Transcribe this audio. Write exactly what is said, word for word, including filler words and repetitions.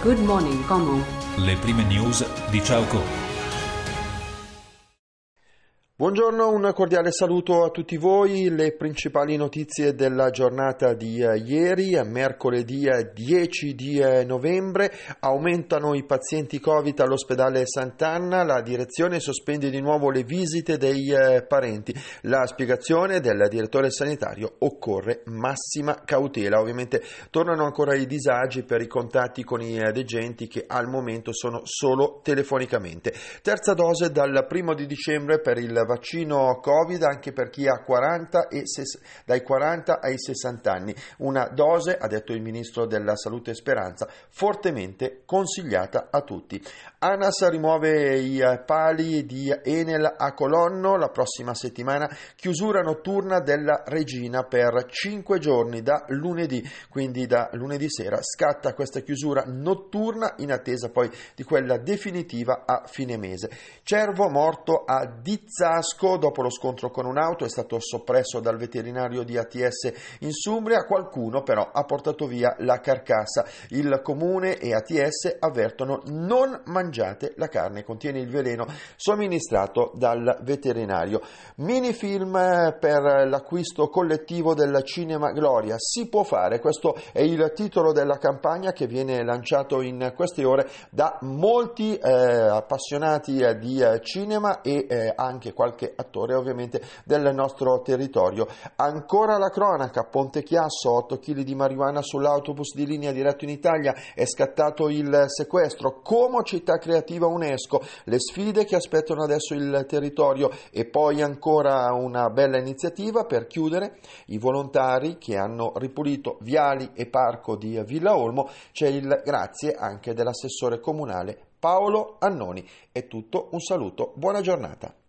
Good Morning Como. Le prime news di Ciao Co. Buongiorno, un cordiale saluto a tutti voi. Le principali notizie della giornata di uh, ieri, mercoledì dieci di uh, novembre. Aumentano i pazienti Covid all'ospedale Sant'Anna, la direzione sospende di nuovo le visite dei uh, parenti. La spiegazione del direttore sanitario: occorre massima cautela. Ovviamente tornano ancora i disagi per i contatti con i uh, degenti, che al momento sono solo telefonicamente. Terza dose dal primo di dicembre per il vaccino Covid anche per chi ha quaranta e ses- dai quaranta ai sessanta anni. Una dose, ha detto il ministro della Salute Speranza, fortemente consigliata a tutti. ANAS rimuove i pali di Enel a Colonno. La prossima settimana chiusura notturna della Regina per cinque giorni da lunedì, quindi da lunedì sera scatta questa chiusura notturna in attesa poi di quella definitiva a fine mese. Cervo morto a Dizzasco dopo lo scontro con un'auto, è stato soppresso dal veterinario di A T S in Sumbria. Qualcuno però ha portato via la carcassa. Il comune e A T S avvertono: non mangiate la carne, contiene il veleno somministrato dal veterinario. Minifilm per l'acquisto collettivo del Cinema Gloria, si può fare, questo è il titolo della campagna che viene lanciato in queste ore da molti eh, appassionati eh, di eh, cinema e eh, anche qualche attore ovviamente del nostro territorio. Ancora la cronaca: Ponte Chiasso, otto chili di marijuana sull'autobus di linea diretto in Italia, è scattato il sequestro. Como città creativa UNESCO, le sfide che aspettano adesso il territorio. E poi ancora una bella iniziativa per chiudere: i volontari che hanno ripulito viali e parco di Villa Olmo. C'è il grazie anche dell'assessore comunale Paolo Annoni. È tutto, un saluto, buona giornata.